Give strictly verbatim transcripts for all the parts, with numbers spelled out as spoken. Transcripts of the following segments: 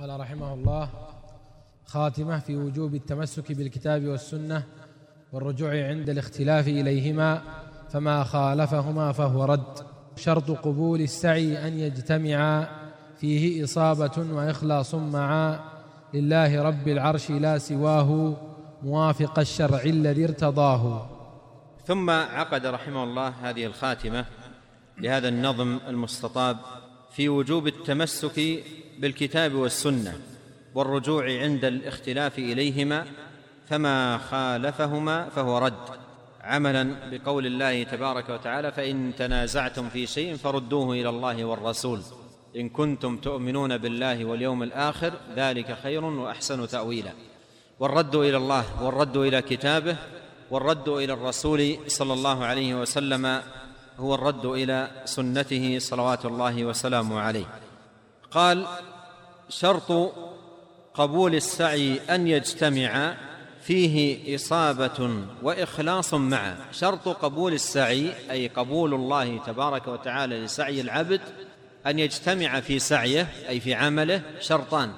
قال رحمه الله: خاتمة في وجوب التمسك بالكتاب والسنة والرجوع عند الاختلاف إليهما، فما خالفهما فهو رد. شرط قبول السعي أن يجتمع فيه إصابة وإخلاص معا لله رب العرش لا سواه، موافق الشرع الذي ارتضاه. ثم عقد رحمه الله هذه الخاتمة لهذا النظم المستطاب في وجوب التمسك بالكتاب والسنة والرجوع عند الاختلاف إليهما، فما خالفهما فهو رد، عملا بقول الله تبارك وتعالى: فإن تنازعتم في شيء فردوه إلى الله والرسول إن كنتم تؤمنون بالله واليوم الآخر ذلك خير وأحسن تأويلا. والرد إلى الله والرد إلى كتابه والرد إلى الرسول صلى الله عليه وسلم هو الرد إلى سنته صلوات الله وسلامه عليه. قال: شرط قبول السعي أن يجتمع فيه إصابة وإخلاص معا. شرط قبول السعي أي قبول الله تبارك وتعالى لسعي العبد أن يجتمع في سعيه أي في عمله شرطان: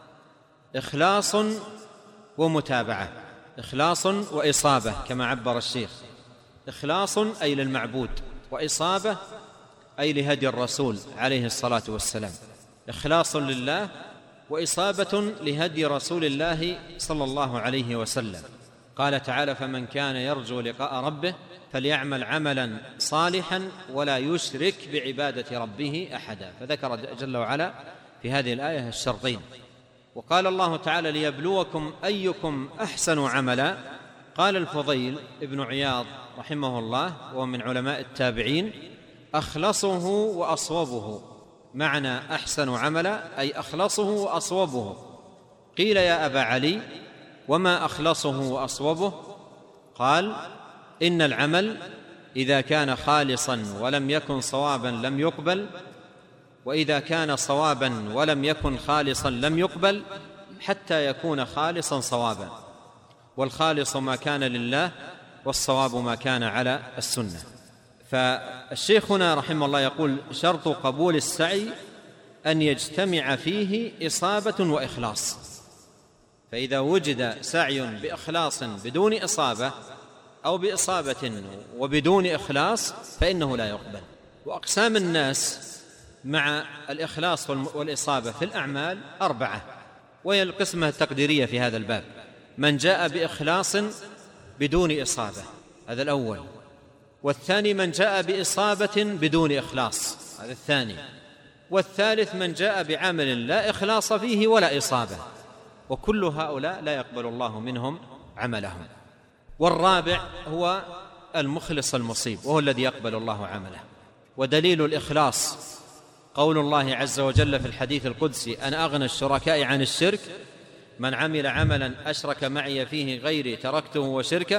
إخلاص ومتابعة. إخلاص وإصابة كما عبر الشيخ. إخلاص أي للمعبود، وإصابة أي لهدي الرسول عليه الصلاة والسلام. إخلاص لله وإصابة لهدي رسول الله صلى الله عليه وسلم. قال تعالى: فمن كان يرجو لقاء ربه فليعمل عملا صالحا ولا يشرك بعبادة ربه أحدا. فذكر جل وعلا في هذه الآية الشرطين. وقال الله تعالى: ليبلوكم أيكم أحسن عملا. قال الفضيل ابن عياض رحمه الله وهو من علماء التابعين: أخلصه وأصوبه. معنى أحسن عملا أي أخلصه وأصوبه. قيل: يا أبا علي وما أخلصه وأصوبه؟ قال: إن العمل إذا كان خالصا ولم يكن صوابا لم يقبل، وإذا كان صوابا ولم يكن خالصا لم يقبل، حتى يكون خالصا صوابا. والخالص ما كان لله والصواب ما كان على السنة. فالشيخ هنا رحمه الله يقول: شرط قبول السعي أن يجتمع فيه إصابة وإخلاص. فإذا وجد سعي بإخلاص بدون إصابة أو بإصابة وبدون إخلاص فإنه لا يقبل. وأقسام الناس مع الإخلاص والإصابة في الأعمال أربعة، وهي القسمة التقديرية في هذا الباب: من جاء بإخلاص بدون إصابة، هذا الأول. والثاني من جاء بإصابة بدون إخلاص، هذا الثاني. والثالث من جاء بعمل لا إخلاص فيه ولا إصابة، وكل هؤلاء لا يقبل الله منهم عملهم. والرابع هو المخلص المصيب، وهو الذي يقبل الله عمله. ودليل الإخلاص قول الله عز وجل في الحديث القدسي: أنا أغنى الشركاء عن الشرك، من عمل عملا أشرك معي فيه غيري تركته وشركه.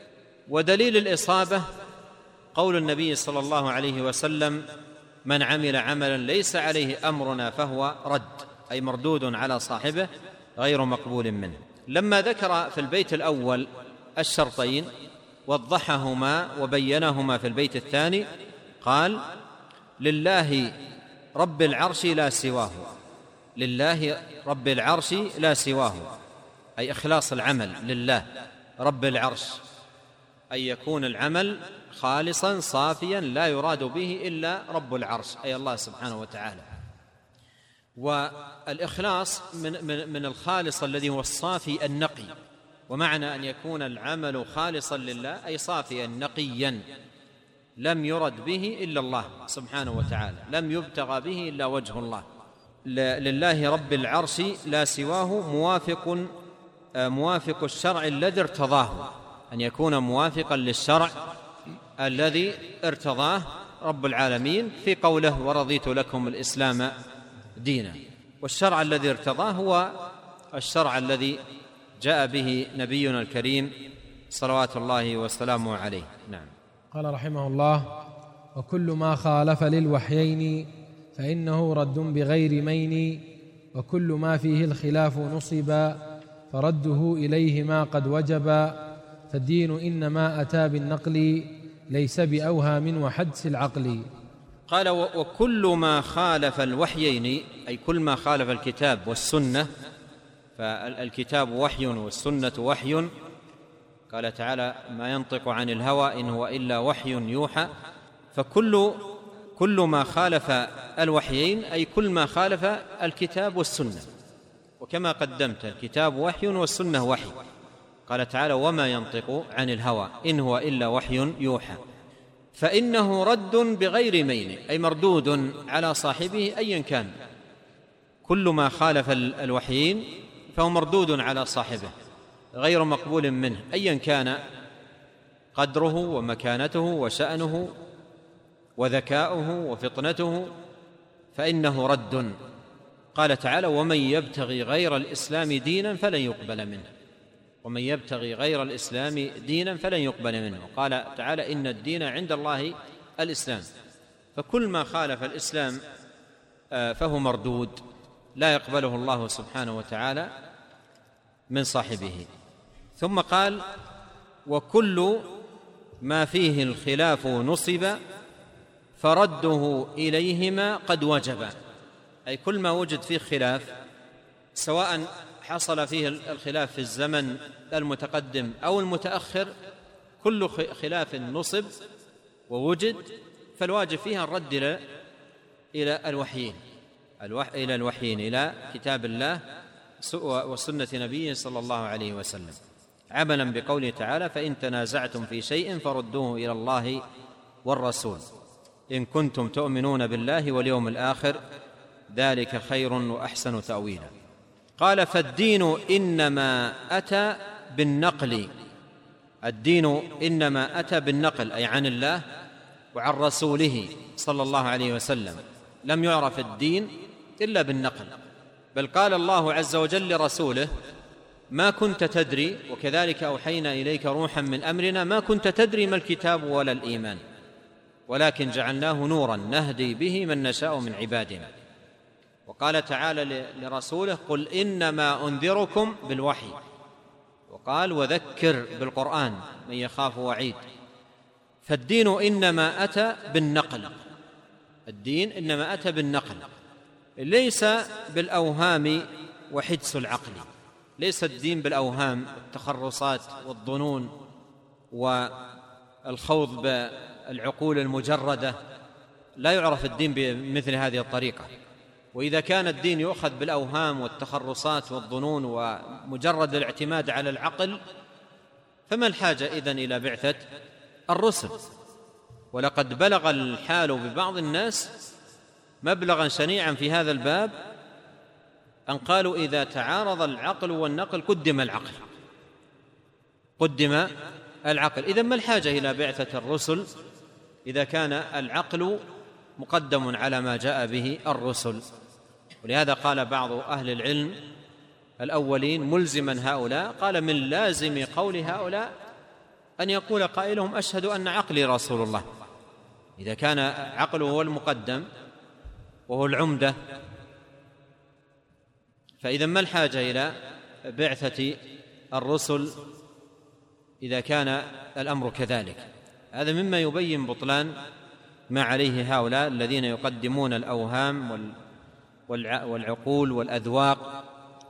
ودليل الإصابة قول النبي صلى الله عليه وسلم: من عمل عملا ليس عليه أمرنا فهو رد، أي مردود على صاحبه غير مقبول منه. لما ذكر في البيت الأول الشرطين وضحهما وبينهما في البيت الثاني قال: لله رب العرش لا سواه. لله رب العرش لا سواه أي إخلاص العمل لله رب العرش، أي يكون العمل خالصا صافيا لا يراد به إلا رب العرش أي الله سبحانه وتعالى. والإخلاص من, من, من الخالص الذي هو الصافي النقي. ومعنى أن يكون العمل خالصا لله أي صافيا نقيا لم يرد به إلا الله سبحانه وتعالى، لم يبتغى به إلا وجه الله. لله رب العرش لا سواه، موافق موافق الشرع الذي ارتضاه، أن يكون موافقا للشرع الذي ارتضاه رب العالمين في قوله: ورضيت لكم الإسلام دينا. والشرع الذي ارتضاه هو الشرع الذي جاء به نبينا الكريم صلوات الله وسلامه عليه. نعم. قال رحمه الله: وكل ما خالف للوحيين فإنه رد بغير مين، وكل ما فيه الخلاف نصب فرده إليهما قد وجب، فالدين إنما أتى بالنقل ليس بأوهام وحدس العقل. قال وكل ما خالف الوحيين، أي كل ما خالف الكتاب والسنة، فالكتاب وحي والسنة وحي، قال تعالى ما ينطق عن الهوى إن هو إلا وحي يوحى، فكل كل ما خالف الوحيين أي كل ما خالف الكتاب والسنة. وكما قدمت الكتاب وحي والسنة وحي، قال تعالى وما ينطق عن الهوى إن هو إلا وحي يوحى، فإنه رد بغير مين، أي مردود على صاحبه أيا كان. كل ما خالف الوحيين فهو مردود على صاحبه غير مقبول منه أيا كان قدره ومكانته وشأنه وذكاؤه وفطنته، فإنه رد. قال تعالى ومن يبتغي غير الإسلام دينا فلن يقبل منه، ومن يبتغي غير الإسلام دينا فلن يقبل منه. وقال تعالى إن الدين عند الله الإسلام، فكل ما خالف الإسلام فهو مردود لا يقبله الله سبحانه وتعالى من صاحبه. ثم قال وكل ما فيه الخلاف نصب فرده إليهما قد وجب، أي كل ما وجد فيه خلاف، سواء حصل فيه الخلاف في الزمن المتقدم أو المتأخر، كل خلاف نصب ووجد فالواجب فيها الرد إلى إلى الوحيين إلى الوحيين إلى كتاب الله وسنة نبيه صلى الله عليه وسلم، عملا بقوله تعالى فإن تنازعتم في شيء فردوه إلى الله والرسول إن كنتم تؤمنون بالله واليوم الآخر ذلك خير وأحسن تأويلا. قال فالدين إنما أتى بالنقل، الدين إنما أتى بالنقل أي عن الله وعن رسوله صلى الله عليه وسلم، لم يعرف الدين إلا بالنقل. بل قال الله عز وجل لرسوله ما كنت تدري وكذلك أوحينا إليك روحا من أمرنا ما كنت تدري ما الكتاب ولا الإيمان ولكن جعلناه نورا نهدي به من نشاء من عبادنا. وقال تعالى لرسوله قل إنما أنذركم بالوحي، وقال وذكر بالقرآن من يخاف وعيد. فالدين إنما أتى بالنقل، الدين إنما أتى بالنقل ليس بالأوهام وحدس العقل، ليس الدين بالأوهام والتخرصات والظنون والخوض بالعقول المجردة، لا يعرف الدين بمثل هذه الطريقة. وإذا كان الدين يؤخذ بالأوهام والتخرصات والظنون ومجرد الاعتماد على العقل فما الحاجة إذن إلى بعثة الرسل؟ ولقد بلغ الحال ببعض الناس مبلغا شنيعا في هذا الباب أن قالوا إذا تعارض العقل والنقل قدم العقل قدم العقل إذن ما الحاجة إلى بعثة الرسل إذا كان العقل مقدم على ما جاء به الرسل؟ ولهذا قال بعض أهل العلم الأولين ملزما هؤلاء، قال من لازم قول هؤلاء أن يقول قائلهم أشهد أن عقلي رسول الله. إذا كان عقله هو المقدم وهو العمدة فإذا ما الحاجة إلى بعثة الرسل إذا كان الأمر كذلك؟ هذا مما يبين بطلان ما عليه هؤلاء الذين يقدمون الأوهام والعقول والأذواق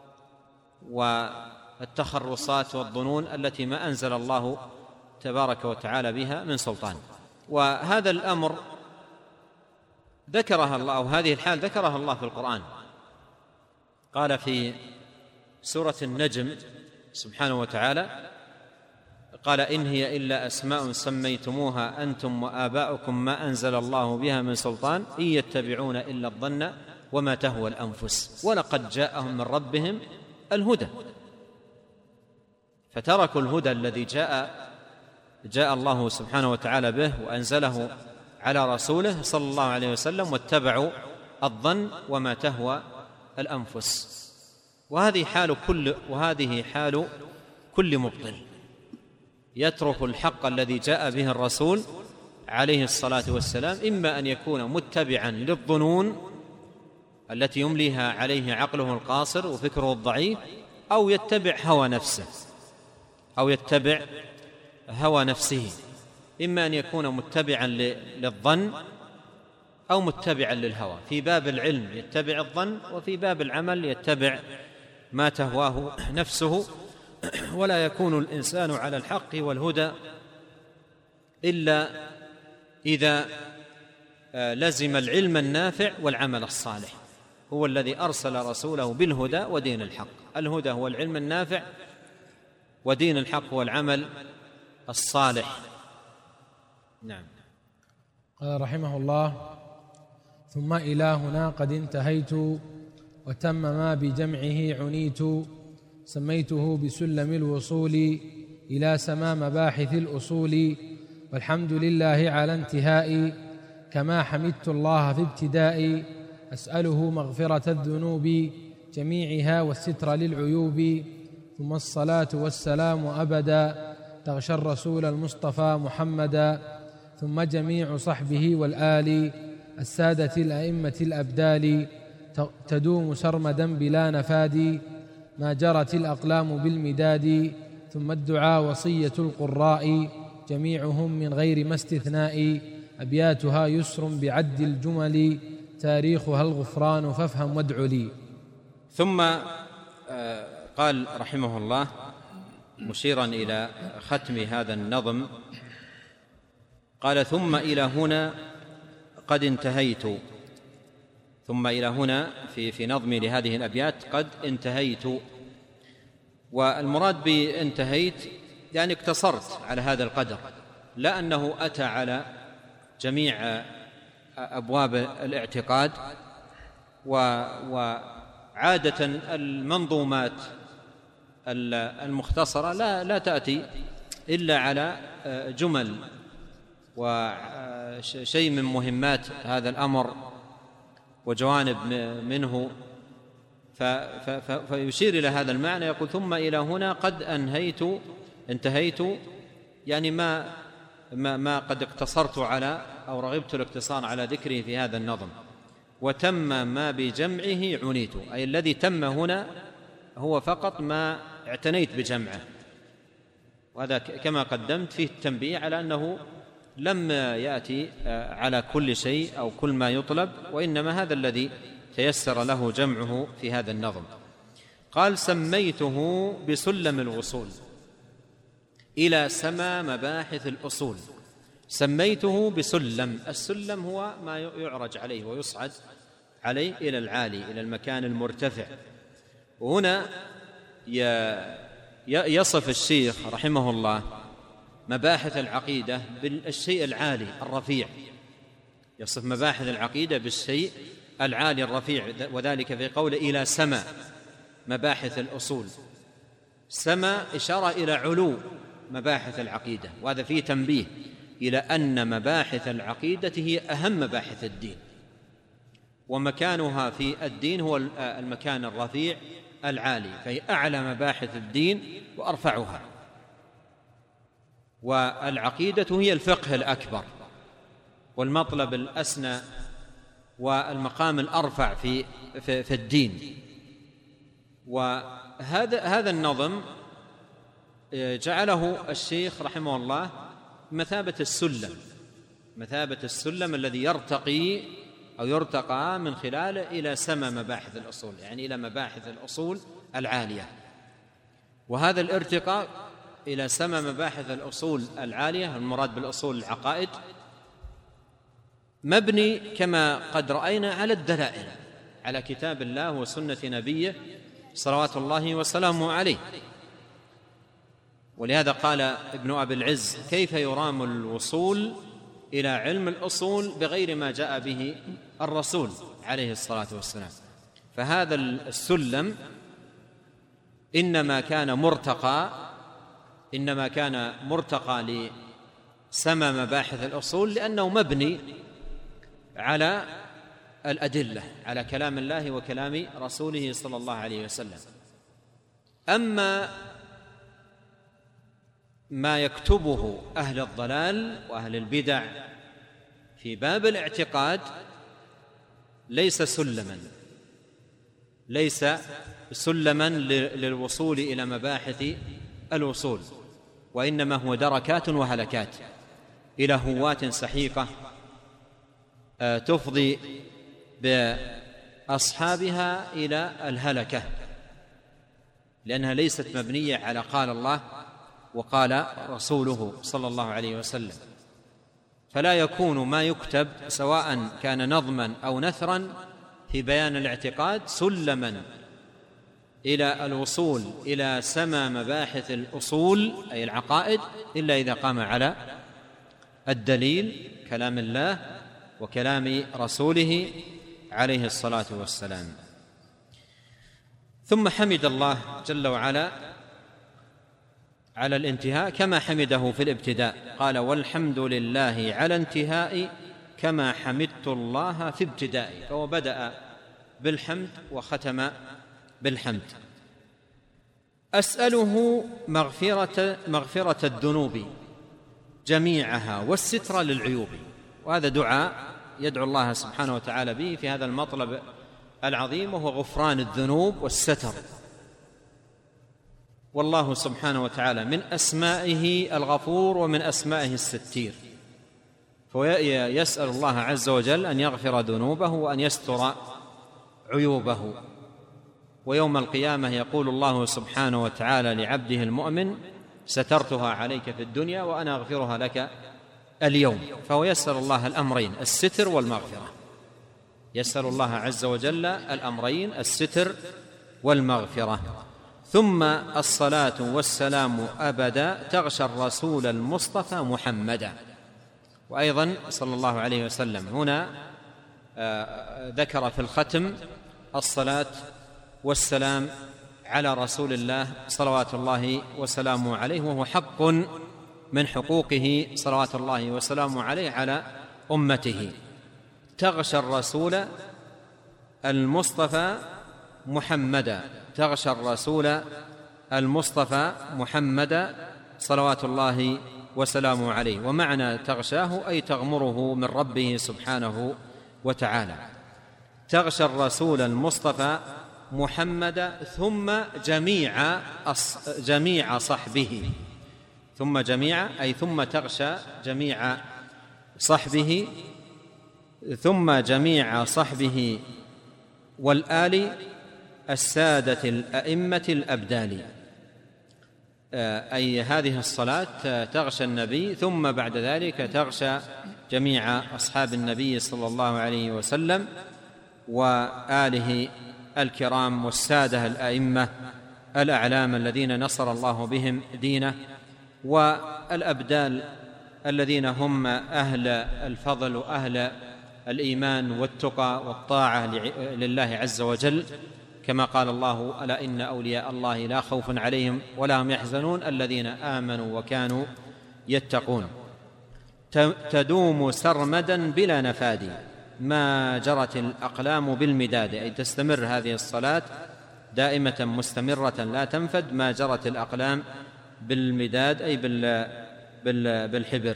والتخرصات والظنون التي ما أنزل الله تبارك وتعالى بها من سلطان. وهذا الأمر ذكرها الله، أو هذه الحال ذكرها الله في القرآن. قال في سورة النجم سبحانه وتعالى قال إن هي إلا أسماء سميتموها أنتم وآباؤكم ما أنزل الله بها من سلطان إن يتبعون إلا الظن وما تهوى الأنفس ولقد جاءهم من ربهم الهدى. فتركوا الهدى الذي جاء جاء الله سبحانه وتعالى به وأنزله على رسوله صلى الله عليه وسلم واتبعوا الظن وما تهوى الأنفس. وهذه حال كل وهذه حال كل مبطل يترك الحق الذي جاء به الرسول عليه الصلاة والسلام، إما أن يكون متبعا للظنون التي يمليها عليه عقله القاصر وفكره الضعيف، أو يتبع هوى نفسه أو يتبع هوى نفسه. إما أن يكون متبعا للظن أو متبعا للهوى. في باب العلم يتبع الظن، وفي باب العمل يتبع ما تهواه نفسه. ولا يكون الإنسان على الحق والهدى إلا إذا لزم العلم النافع والعمل الصالح. هو الذي أرسل رسوله بالهدى ودين الحق. الهدى هو العلم النافع، ودين الحق هو العمل الصالح. نعم. قال رحمه الله: ثم إلى هنا قد انتهيت، وتم ما بجمعه عنيت، سميته بسلم الوصول إلى سما مباحث الأصول، والحمد لله على انتهائي، كما حمدت الله في ابتدائي، أسأله مغفرة الذنوب جميعها والستر للعيوب، ثم الصلاة والسلام أبدا تغشى الرسول المصطفى محمدا، ثم جميع صحبه والآل السادة الأئمة الأبدال، تدوم سرمدا بلا نفاد، ما جرت الأقلام بالمداد، ثم الدعاء وصية القراء جميعهم من غير ما استثناء، أبياتها يسر بعد الجمل، تاريخها الغفران فافهم وادع لي. ثم قال رحمه الله مشيرا إلى ختم هذا النظم، قال: ثم إلى هنا قد انتهيت. ثم إلى هنا في في نظمي لهذه الأبيات قد انتهيت، والمراد بانتهيت يعني اقتصرت على هذا القدر، لا أنه أتى على جميع أبواب الاعتقاد. وعادة المنظومات المختصرة لا لا تأتي إلا على جمل وشيء من مهمات هذا الأمر وجوانب منه، فيشير إلى هذا المعنى. يقول: ثم إلى هنا قد أنهيت انتهيت، يعني ما ما ما قد اقتصرت على أو رغبت الاقتصار على ذكره في هذا النظم. وتم ما بجمعه عنيت، أي الذي تم هنا هو فقط ما اعتنيت بجمعه. وهذا كما قدمت فيه التنبيه على أنه لم يأتي على كل شيء أو كل ما يطلب، وإنما هذا الذي تيسر له جمعه في هذا النظم. قال: سميته بسلم الوصول إلى سما مباحث الأصول. سميته بسلم، السلم هو ما يعرج عليه ويصعد عليه إلى العالي، إلى المكان المرتفع. وهنا يصف الشيخ رحمه الله مباحث العقيدة بالشيء العالي الرفيع، يصف مباحث العقيدة بالشيء العالي الرفيع، وذلك في قوله إلى سما مباحث الأصول. سما إشارة إلى علو مباحث العقيدة، وهذا فيه تنبيه إلى أن مباحث العقيدة هي أهم مباحث الدين، ومكانها في الدين هو المكان الرفيع العالي، فهي أعلى مباحث الدين وأرفعها. والعقيدة هي الفقه الأكبر والمطلب الأسنى والمقام الأرفع في في, في الدين. وهذا هذا النظم جعله الشيخ رحمه الله مثابة السلم، مثابة السلم الذي يرتقي أو يرتقى من خلاله إلى سما مباحث الأصول، يعني إلى مباحث الأصول العالية. وهذا الارتقاء إلى سما مباحث الأصول العالية، المراد بالأصول العقائد، مبني كما قد رأينا على الدلائل، على كتاب الله وسنة نبيه صلوات الله وسلامه عليه. ولهذا قال ابن أبي العز: كيف يرام الوصول إلى علم الأصول بغير ما جاء به الرسول عليه الصلاة والسلام؟ فهذا السلم إنما كان مرتقى إنما كان مرتقى لسما مباحث الأصول لأنه مبني على الأدلة، على كلام الله وكلام رسوله صلى الله عليه وسلم. أما ما يكتبه أهل الضلال وأهل البدع في باب الاعتقاد ليس سلما ليس سلما للوصول إلى مباحث الوصول، وإنما هو دركات وهلكات إلى هوات سحيقة تفضي بأصحابها إلى الهلكة، لأنها ليست مبنية على قال الله وقال رسوله صلى الله عليه وسلم. فلا يكون ما يكتب سواء كان نظما أو نثرا في بيان الاعتقاد سلما إلى الوصول إلى سما مباحث الأصول أي العقائد، إلا إذا قام على الدليل كلام الله وكلام رسوله عليه الصلاة والسلام. ثم حمد الله جل وعلا على الانتهاء كما حمده في الابتداء، قال: والحمد لله على انتهائي كما حمدت الله في ابتدائي. فهو بدأ بالحمد وختم بالحمد. أسأله مغفرة, مغفرة الذنوب جميعها والستر للعيوب. وهذا دعاء يدعو الله سبحانه وتعالى به في هذا المطلب العظيم، وهو غفران الذنوب والستر. والله سبحانه وتعالى من أسمائه الغفور ومن أسمائه الستير، فيسأل الله عز وجل أن يغفر ذنوبه وأن يستر عيوبه. ويوم القيامة يقول الله سبحانه وتعالى لعبده المؤمن: سترتها عليك في الدنيا وأنا أغفرها لك اليوم. فهو يسأل الله الأمرين، الستر والمغفرة. يسأل الله عز وجل الأمرين، الستر والمغفرة. ثم الصلاة والسلام أبدا تغشى الرسول المصطفى محمدا. وأيضا صلى الله عليه وسلم هنا ذكر في الختم الصلاة والسلام على رسول الله صلوات الله وسلامه عليه، وهو حق من حقوقه صلوات الله وسلامه عليه على أمته. تغشى الرسول المصطفى محمدا، تغشى الرسول المصطفى محمدا صلوات الله وسلامه عليه. ومعنى تغشاه أي تغمره من ربه سبحانه وتعالى. تغشى الرسول المصطفى محمدا ثم جميع جميع صحبه، ثم جميع أي ثم تغشى جميع صحبه، ثم جميع صحبه والآل السادة الأئمة الأبدال. أي هذه الصلاة تغشى النبي، ثم بعد ذلك تغشى جميع أصحاب النبي صلى الله عليه وسلم وآله الكرام والسادة الأئمة الأعلام الذين نصر الله بهم دينه، والأبدال الذين هم أهل الفضل وأهل الإيمان والتقى والطاعة لله عز وجل، كما قال الله: ألا إن أولياء الله لا خوف عليهم ولا هم يحزنون الذين آمنوا وكانوا يتقون. تدوم سرمدا بلا نفاد ما جرت الأقلام بالمداد، أي تستمر هذه الصلاة دائمة مستمرة لا تنفد ما جرت الأقلام بالمداد أي بالحبر.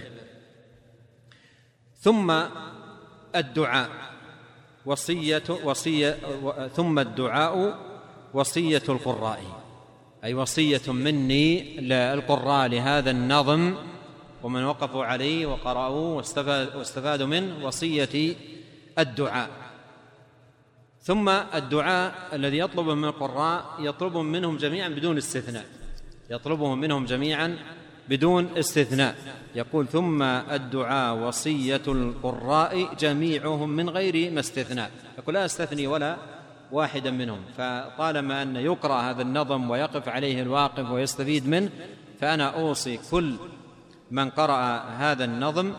ثم الدعاء وصية وصية ثم الدعاء وصية القراء، أي وصية مني للقراء لهذا النظم ومن وقفوا عليه وقرأوه واستفادوا منه، وصية الدعاء. ثم الدعاء الذي يطلب من القراء يطلب منهم جميعا بدون استثناء، يطلبهم منهم جميعا بدون استثناء. يقول: ثم الدعاء وصية القراء جميعهم من غير ما استثناء. يقول: لا أستثني ولا واحدا منهم. فطالما أن يقرأ هذا النظم ويقف عليه الواقف ويستفيد منه، فأنا أوصي كل من قرأ هذا النظم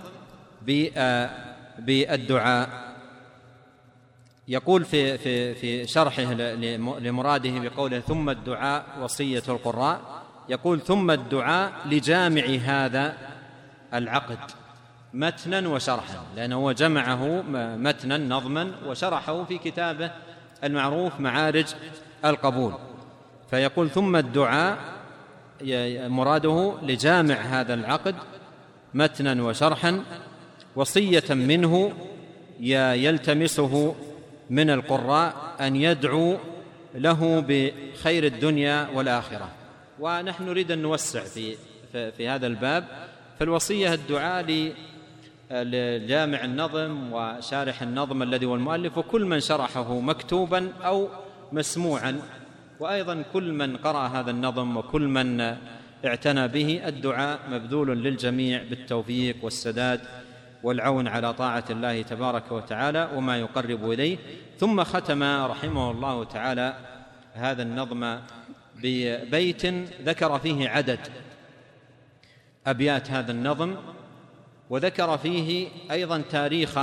بالدعاء. يقول في في في شرحه لمراده بقوله: ثم الدعاء وصية القراء، يقول: ثم الدعاء لجامع هذا العقد متنا وشرحا، لأنه جمعه متنا نظما وشرحه في كتابه المعروف معارج القبول. فيقول: ثم الدعاء مراده لجامع هذا العقد متنا وشرحا وصية منه يلتمسه من القراء أن يدعو له بخير الدنيا والآخرة. ونحن نريد أن نوسع في, في هذا الباب. فالوصية الدعاء لجامع النظم وشارح النظم الذي هو المؤلف، وكل من شرحه مكتوبا أو مسموعا، وأيضا كل من قرأ هذا النظم وكل من اعتنى به. الدعاء مبذول للجميع بالتوفيق والسداد والعون على طاعة الله تبارك وتعالى وما يقرب إليه. ثم ختم رحمه الله تعالى هذا النظم ببيت ذكر فيه عدد أبيات هذا النظم، وذكر فيه أيضا تاريخ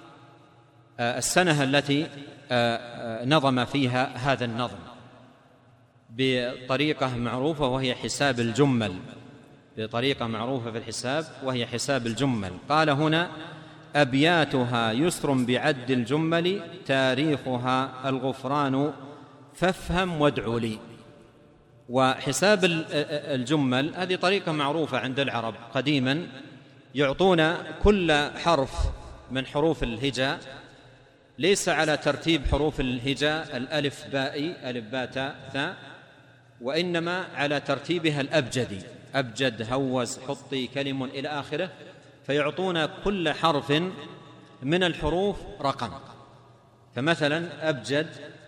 السنة التي نظم فيها هذا النظم بطريقة معروفة وهي حساب الجمل، بطريقة معروفة في الحساب وهي حساب الجمل. قال هنا: أبياتها يسر بعد الجمل، تاريخها الغفران فافهم وادعو لي. وحساب الجمل هذه طريقة معروفة عند العرب قديما، يعطون كل حرف من حروف الهجاء ليس على ترتيب حروف الهجاء الألف بائي ألف باء تاء ثاء، وإنما على ترتيبها الأبجدي، أبجد هوز حطي كلم إلى آخره، فيعطون كل حرف من الحروف رقم. فمثلا أبجد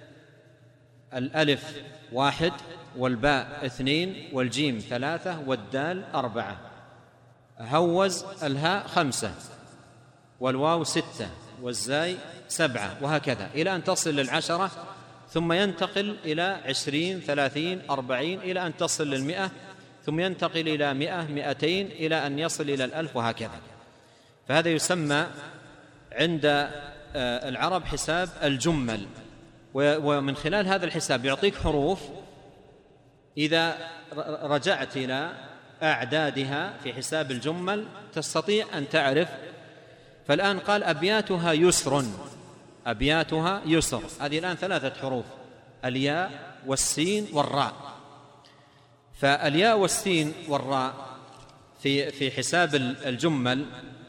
الألف واحد والباء اثنين والجيم ثلاثة والدال أربعة، هوز الهاء خمسة والواو ستة والزاي سبعة، وهكذا إلى أن تصل للعشرة، ثم ينتقل إلى عشرين ثلاثين أربعين إلى أن تصل للمئة، ثم ينتقل إلى مئة مئتين إلى أن يصل إلى الألف، وهكذا. فهذا يسمى عند العرب حساب الجمل. ومن خلال هذا الحساب يعطيك حروف إذا رجعت إلى أعدادها في حساب الجمل تستطيع أن تعرف. فالآن قال: أبياتها يسر، أبياتها يسر، هذه الآن ثلاثة حروف: الياء والسين والراء. فالياء والسين والراء في في حساب الجمل،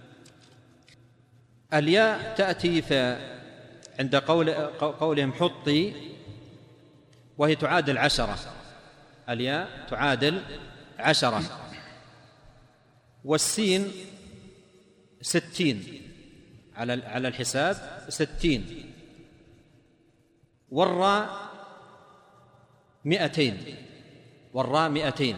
الياء تأتي في عند قول قولهم حطي، وهي تعادل عشرة، الياء تعادل عشرة، والسين ستين على على الحساب ستين، والراء مئتين، والراء مئتين.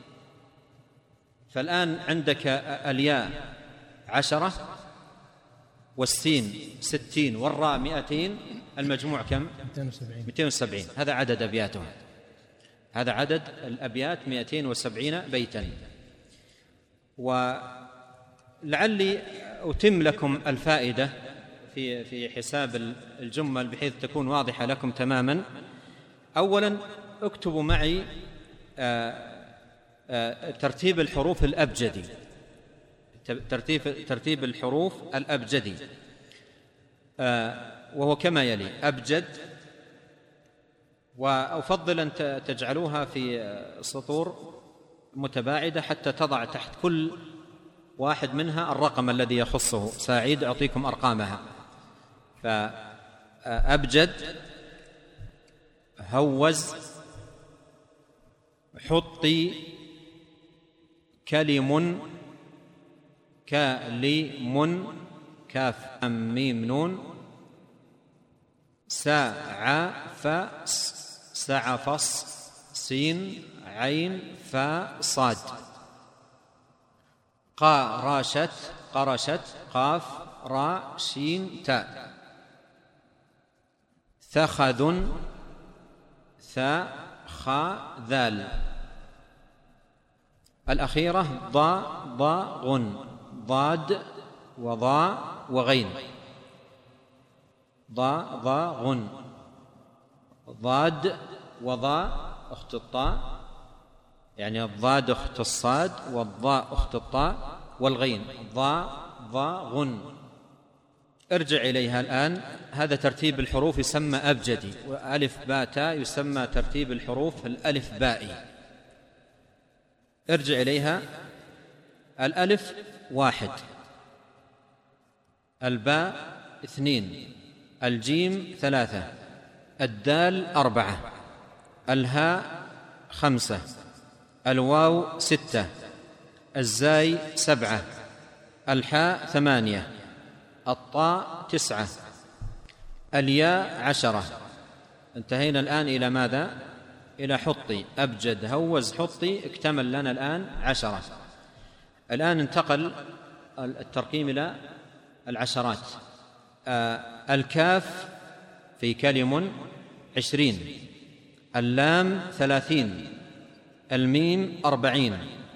فالآن عندك الياء عشرة والسين ستين والراء مئتين، المجموع كم؟ مئتين وسبعين. هذا عدد أبياتها، هذا عدد الأبيات مئتين وسبعين بيتا. ولعلي أتم لكم الفائدة في في حساب الجمل بحيث تكون واضحة لكم تماما. أولا اكتبوا معي آآ آآ ترتيب الحروف الأبجدي، ترتيب ترتيب الحروف الأبجدي، وهو كما يلي: أبجد، وأفضل أن تجعلوها في سطور متباعدة حتى تضع تحت كل واحد منها الرقم الذي يخصه. سأعيد أعطيكم أرقامها. فأبجد، هوز، حطي، كلم، كلم، كاف ميم نون، ساع فاس، ساع فص، سين عين فا صاد، قارشت، قرشت، قاف را شين تاء، ثخذ، ثاء خا ذال، الأخيرة ضاء ضاء غن، ضاد وضاء وغين، ضاء ضاء غن، ضاد وضاء أخت الطاء، يعني الضاد أخت الصاد والضاء أخت الطاء، والغين ضاء ضاء غن. ارجع إليها الآن. هذا ترتيب الحروف يسمى أبجدي، وألف باء تاء يسمى ترتيب الحروف الألف بائي. ارجع إليها. الألف واحد، الباء اثنين، الجيم ثلاثة، الدال أربعة، الهاء خمسة، الواو ستة، الزاي سبعة، الحاء ثمانية، الطاء تسعة، الياء عشرة. انتهينا الآن إلى ماذا؟ إلى حطي، أبجد هوز حطي، اكتمل لنا الآن عشرة. الآن انتقل الترقيم إلى العشرات. آه الكاف في كلم عشرين، اللام ثلاثين، الميم أربعين،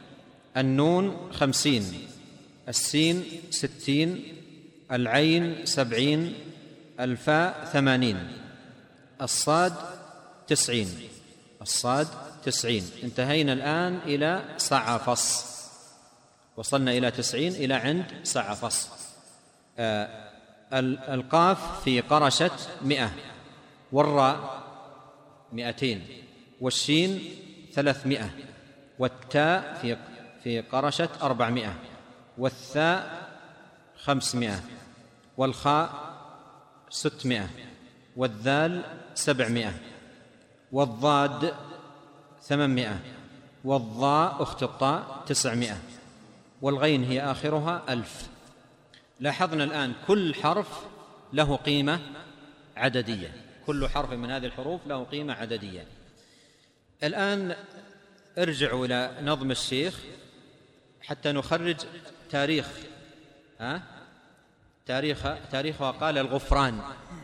النون خمسين، السين ستين، العين سبعين، الفاء ثمانين، الصاد تسعين، الصاد تسعين. انتهينا الآن إلى صعفص، وصلنا إلى تسعين إلى عند صعفص. آه القاف في قرشة مئة، والراء مئتين، والشين ثلاثمائة، والتاء في في قرشة أربعمائة، والثاء خمسمائة، والخاء ستمائة، والذال سبعمائة، والضاد ثمانمائة، والضاء أخت الطاء تسعمائة، والغين هي آخرها ألف. لاحظنا الآن كل حرف له قيمة عددية، كل حرف من هذه الحروف له قيمة عددية. الآن ارجعوا إلى نظم الشيخ حتى نخرج تاريخ ها تاريخ تاريخها. قال الغفران،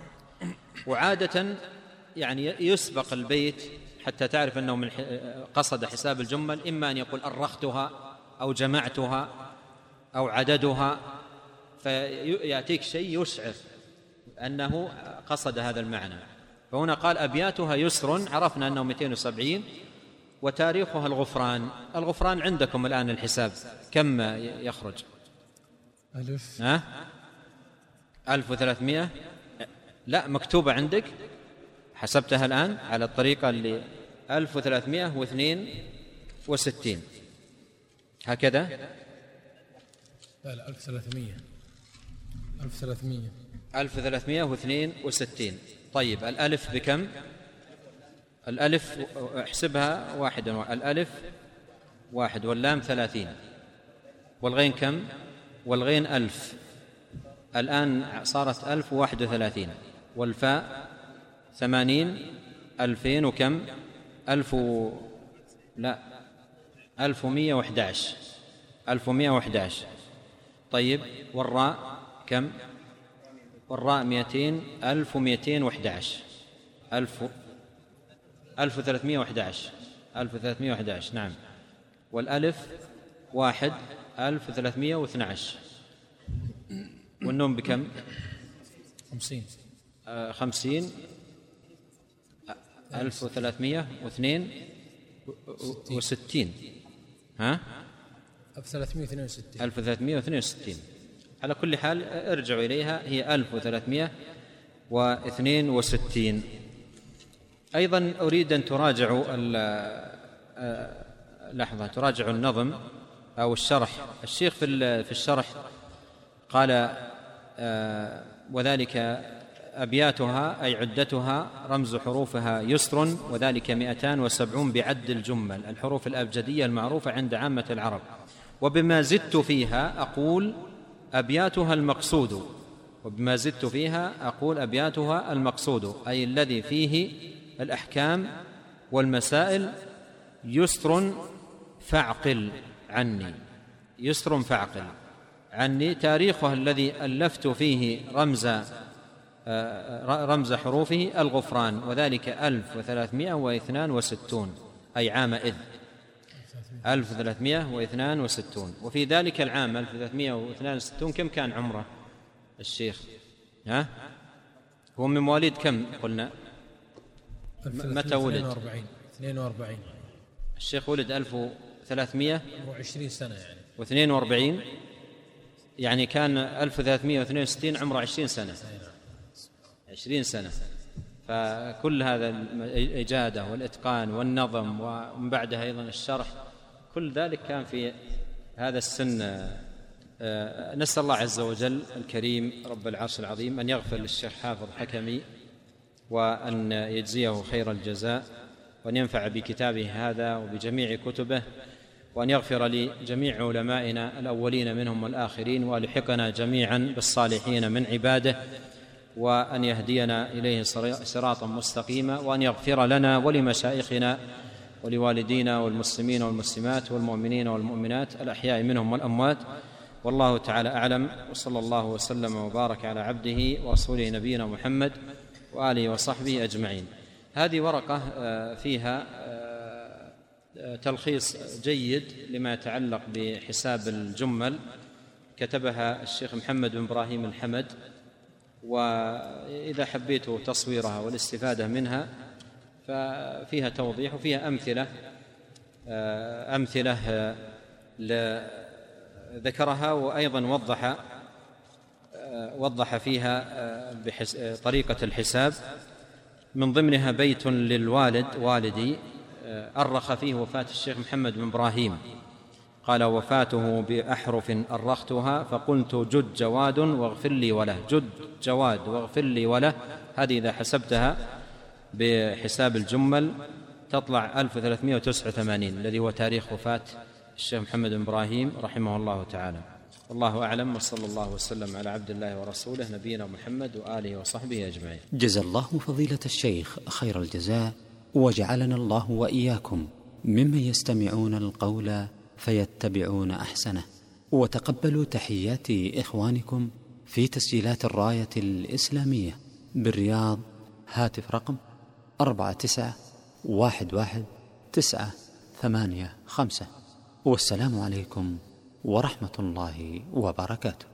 وعادة يعني يسبق البيت حتى تعرف أنه من قصد حساب الجمل، إما أن يقول أرختها أو جمعتها أو عددها، فيأتيك شيء يشعر أنه قصد هذا المعنى. فهنا قال أبياتها يسر، عرفنا أنه مئتين وسبعين، وتاريخها الغفران. الغفران عندكم الآن الحساب كم يخرج؟ ألف ها؟ ألف وثلاثمائة. لا، مكتوبة عندك، حسبتها الآن على الطريقة اللي ألف وثلاثمائة واثنين وستين هكذا. لا لا، ألف وثلاثمائة ألف وثلاثمائة ألف وثلاثمائة واثنين وستين. طيب الألف بكم؟ الألف احسبها واحدا، الألف واحد، واللام ثلاثين، والغين كم؟ والغين ألف، الآن صارت ألف وواحد وثلاثين، والفاء ثمانين، ألفين وكم؟ ألف و... لا ألف ومئة وأحد عشر، ألف ومئة وأحد عشر. طيب والراء كم؟ والراء مئتين، ألف ومئتين وأحد عشر، ألف ألف وثلاثمائة وأحد عشر، ألف وثلاثمائة وأحد عشر. نعم. والألف واحد، ألف وثلاثمائة واثنى عشر. والنون بكم؟ خمسين آه خمسين، ألف وثلاثمائة واثنين وستين. ها؟ ألف وثلاثمائة واثنين وستين. ألف وثلاثمائة واثنين وستين. على كل حال ارجعوا إليها، هي ألف وثلاثمائة واثنين وستين. أيضا أريد أن تراجعوا لحظة تراجعوا النظم أو الشرح. الشيخ في الشرح قال وذلك أبياتها أي عدتها رمز حروفها يسر، وذلك مئتان وسبعون بعد الجمل، الحروف الأبجدية المعروفة عند عامة العرب. وبما زدت فيها أقول أبياتها المقصود، وبما زدت فيها أقول أبياتها المقصود، أي الذي فيه الأحكام والمسائل. يسر فاعقل عني، يسر فاعقل عني. تاريخها الذي ألفت فيه رمز رمز حروفه الغفران، وذلك ألف وثلاثمائة واثنان وستون، أي عام إذ ألف وثلاثمائة واثنان وستون. وفي ذلك العام ألف وثلاثمائة واثنان وستين كم كان عمره الشيخ؟ ها؟ هو من مواليد كم قلنا؟ متى ولد؟ اثنين وأربعين. الشيخ ولد ألف وثلاثمائة وعشرين سنة يعني، واثنين وأربعين، يعني كان ألف وثلاثمائة واثنين وستين عمره عشرين سنة، عشرين سنة. فكل هذا الإجادة والإتقان والنظم، ومن بعدها أيضا الشرح، كل ذلك كان في هذا السن. نسأل الله عز وجل الكريم رب العرش العظيم أن يغفر للشيخ حافظ حكمي، وأن يجزيه خير الجزاء، وأن ينفع بكتابه هذا وبجميع كتبه، وأن يغفر لجميع علمائنا الأولين منهم والآخرين، وألحقنا جميعا بالصالحين من عباده، وأن يهدينا إليه صراطا مستقيما، وأن يغفر لنا ولمشايخنا ولوالدينا والمسلمين والمسلمات والمؤمنين والمؤمنات الأحياء منهم والأموات. والله تعالى أعلم، وصلى الله وسلم وبارك على عبده ورسوله نبينا محمد وآله وصحبه أجمعين. هذه ورقة فيها تلخيص جيد لما يتعلق بحساب الجمل، كتبها الشيخ محمد بن إبراهيم الحمد، وإذا حبيتوا تصويرها والاستفادة منها ففيها توضيح وفيها أمثلة أمثلة ذكرها، وأيضا وضح وضح فيها طريقة الحساب، من ضمنها بيت للوالد والدي أرخ فيه وفاة الشيخ محمد بن إبراهيم، قال: وفاته بأحرف أرختها فقلت جد جواد واغفر لي وله، جد جواد واغفر لي وله. هذه إذا حسبتها بحساب الجمل تطلع ألف وثلاثمائة وتسعة وثمانين، الذي هو تاريخ وفاة الشيخ محمد بن إبراهيم رحمه الله تعالى. والله أعلم، وصلى الله وسلم على عبد الله ورسوله نبينا محمد وآله وصحبه أجمعين. جزا الله فضيلة الشيخ خير الجزاء، وجعلنا الله وإياكم ممن يستمعون القول فيتبعون أحسنه. وتقبلوا تحيات إخوانكم في تسجيلات الراية الإسلامية بالرياض، هاتف رقم أربعة تسعة واحد واحد تسعة ثمانية خمسة. والسلام عليكم ورحمة الله وبركاته.